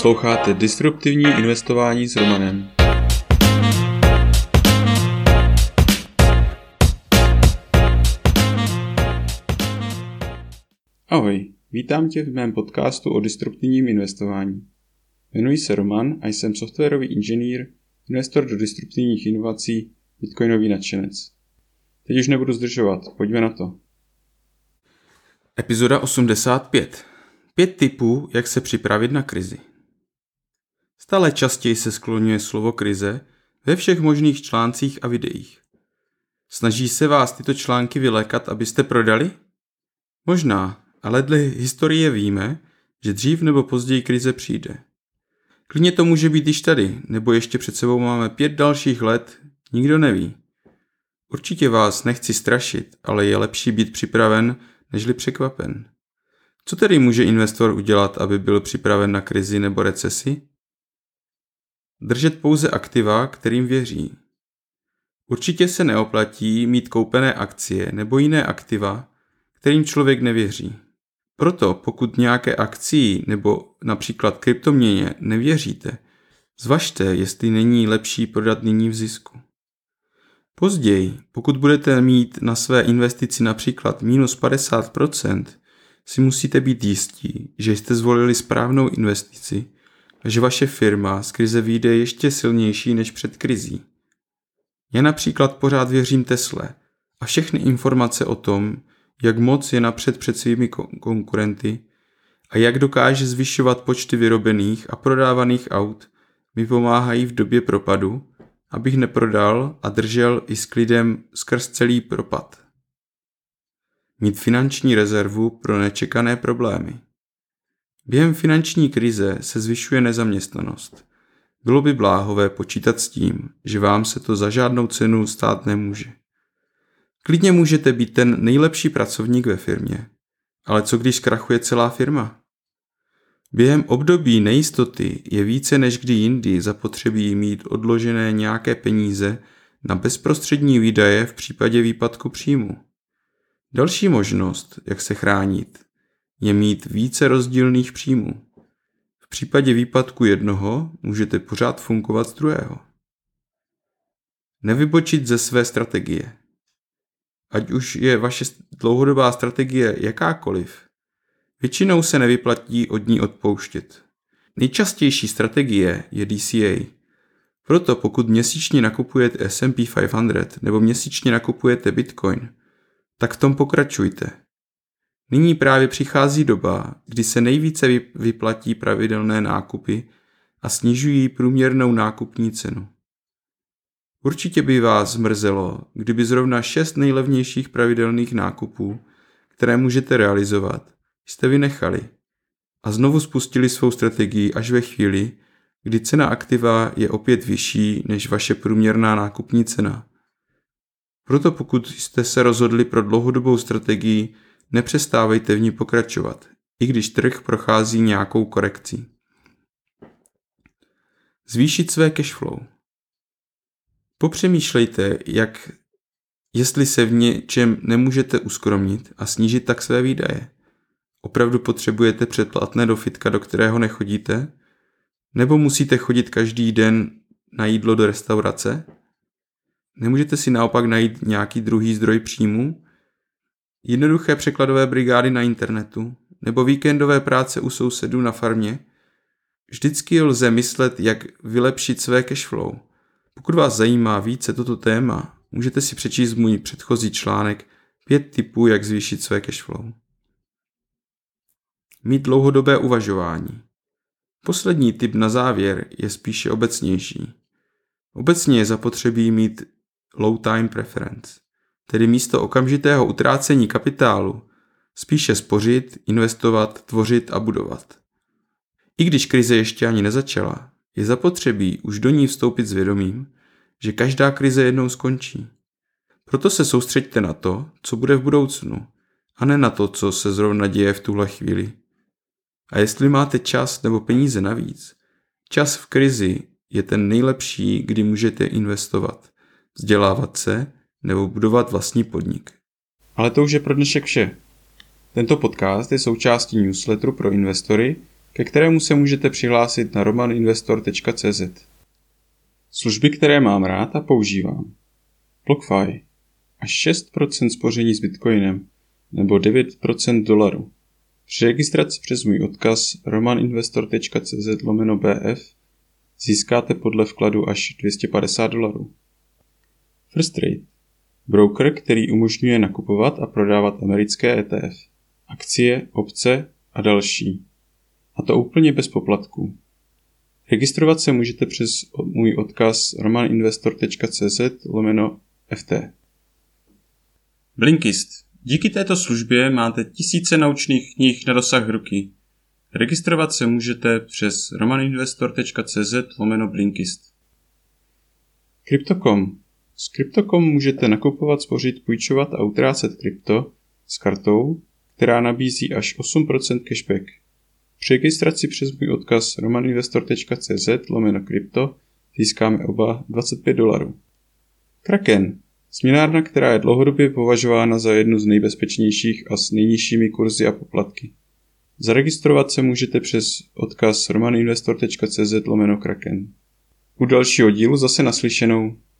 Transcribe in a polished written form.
Posloucháte Disruptivní investování s Romanem. Ahoj, vítám tě v mém podcastu o disruptivním investování. Jmenuji se Roman a jsem softwarový inženýr, investor do disruptivních inovací, bitcoinový nadšenec. Teď už nebudu zdržovat, pojďme na to. Epizoda 85. 5 tipů, jak se připravit na krizi. Stále častěji se skloňuje slovo krize ve všech možných článcích a videích. Snaží se vás tyto články vylékat, abyste prodali? Možná, ale dle historie víme, že dřív nebo později krize přijde. Klidně to může být již tady, nebo ještě před sebou máme 5 dalších let, nikdo neví. Určitě vás nechci strašit, ale je lepší být připraven, nežli překvapen. Co tedy může investor udělat, aby byl připraven na krizi nebo recesi? Držet pouze aktiva, kterým věří. Určitě se neoplatí mít koupené akcie nebo jiné aktiva, kterým člověk nevěří. Proto pokud nějaké akcii nebo například kryptoměně nevěříte, zvažte, jestli není lepší prodat nyní v zisku. Později, pokud budete mít na své investici například minus 50%, si musíte být jistí, že jste zvolili správnou investici a že vaše firma z krize vyjde ještě silnější než před krizí. Já například pořád věřím Tesle a všechny informace o tom, jak moc je napřed před svými konkurenty a jak dokáže zvyšovat počty vyrobených a prodávaných aut, mi pomáhají v době propadu, abych neprodal a držel i s klidem skrz celý propad. Mít finanční rezervu pro nečekané problémy. Během finanční krize se zvyšuje nezaměstnanost. Bylo by bláhové počítat s tím, že vám se to za žádnou cenu stát nemůže. Klidně můžete být ten nejlepší pracovník ve firmě, ale co když zkrachuje celá firma? Během období nejistoty je více než kdy jindy zapotřebí mít odložené nějaké peníze na bezprostřední výdaje v případě výpadku příjmu. Další možnost, jak se chránit, je mít více rozdílných příjmů. V případě výpadku jednoho můžete pořád fungovat z druhého. Nevybočit ze své strategie. Ať už je vaše dlouhodobá strategie jakákoliv, většinou se nevyplatí od ní odpouštět. Nejčastější strategie je DCA. Proto pokud měsíčně nakupujete S&P 500 nebo měsíčně nakupujete Bitcoin, tak v tom pokračujte. Nyní právě přichází doba, kdy se nejvíce vyplatí pravidelné nákupy a snižují průměrnou nákupní cenu. Určitě by vás zmrzelo, kdyby zrovna 6 nejlevnějších pravidelných nákupů, které můžete realizovat, jste vynechali a znovu spustili svou strategii až ve chvíli, kdy cena aktiva je opět vyšší než vaše průměrná nákupní cena. Proto pokud jste se rozhodli pro dlouhodobou strategii, nepřestávejte v ní pokračovat, i když trh prochází nějakou korekcí. Zvýšit své cashflow. Popřemýšlejte, jestli se v něčem nemůžete uskromnit a snížit tak své výdaje. Opravdu potřebujete předplatné do fitka, do kterého nechodíte? Nebo musíte chodit každý den na jídlo do restaurace? Nemůžete si naopak najít nějaký druhý zdroj příjmů? Jednoduché překladové brigády na internetu? Nebo víkendové práce u sousedů na farmě? Vždycky lze myslet, jak vylepšit své cashflow. Pokud vás zajímá více toto téma, můžete si přečíst můj předchozí článek 5 tipů, jak zvýšit své cashflow. Mít dlouhodobé uvažování. Poslední tip na závěr je spíše obecnější. Obecně je zapotřebí mít low time preference, tedy místo okamžitého utrácení kapitálu spíše spořit, investovat, tvořit a budovat. I když krize ještě ani nezačala, je zapotřebí už do ní vstoupit s vědomím, že každá krize jednou skončí. Proto se soustřeďte na to, co bude v budoucnu, a ne na to, co se zrovna děje v tuhle chvíli. A jestli máte čas nebo peníze navíc, čas v krizi je ten nejlepší, kdy můžete investovat, vzdělávat se nebo budovat vlastní podnik. Ale to už je pro dnešek vše. Tento podcast je součástí newsletteru pro investory ke kterému se můžete přihlásit na romaninvestor.cz. Služby, které mám rád a používám. BlockFi. Až 6% spoření s Bitcoinem nebo 9% dolaru. Při registraci přes můj odkaz romaninvestor.cz/bf získáte podle vkladu až $250. First Trade. Broker, který umožňuje nakupovat a prodávat americké ETF, akcie, opce a další. A to úplně bez poplatků. Registrovat se můžete přes můj odkaz romaninvestor.cz/ft. Blinkist. Díky této službě máte tisíce naučných knih na dosah ruky. Registrovat se můžete přes romaninvestor.cz/blinkist. Crypto.com. S Crypto.com můžete nakupovat, spořit, půjčovat a utrácet krypto s kartou, která nabízí až 8% cashback. Při registraci přes můj odkaz romaninvestor.cz/krypto získáme oba $25. Kraken. Směnárna, která je dlouhodobě považována za jednu z nejbezpečnějších a s nejnižšími kurzy a poplatky. Zaregistrovat se můžete přes odkaz romaninvestor.cz/kraken. U dalšího dílu zase naslyšenou.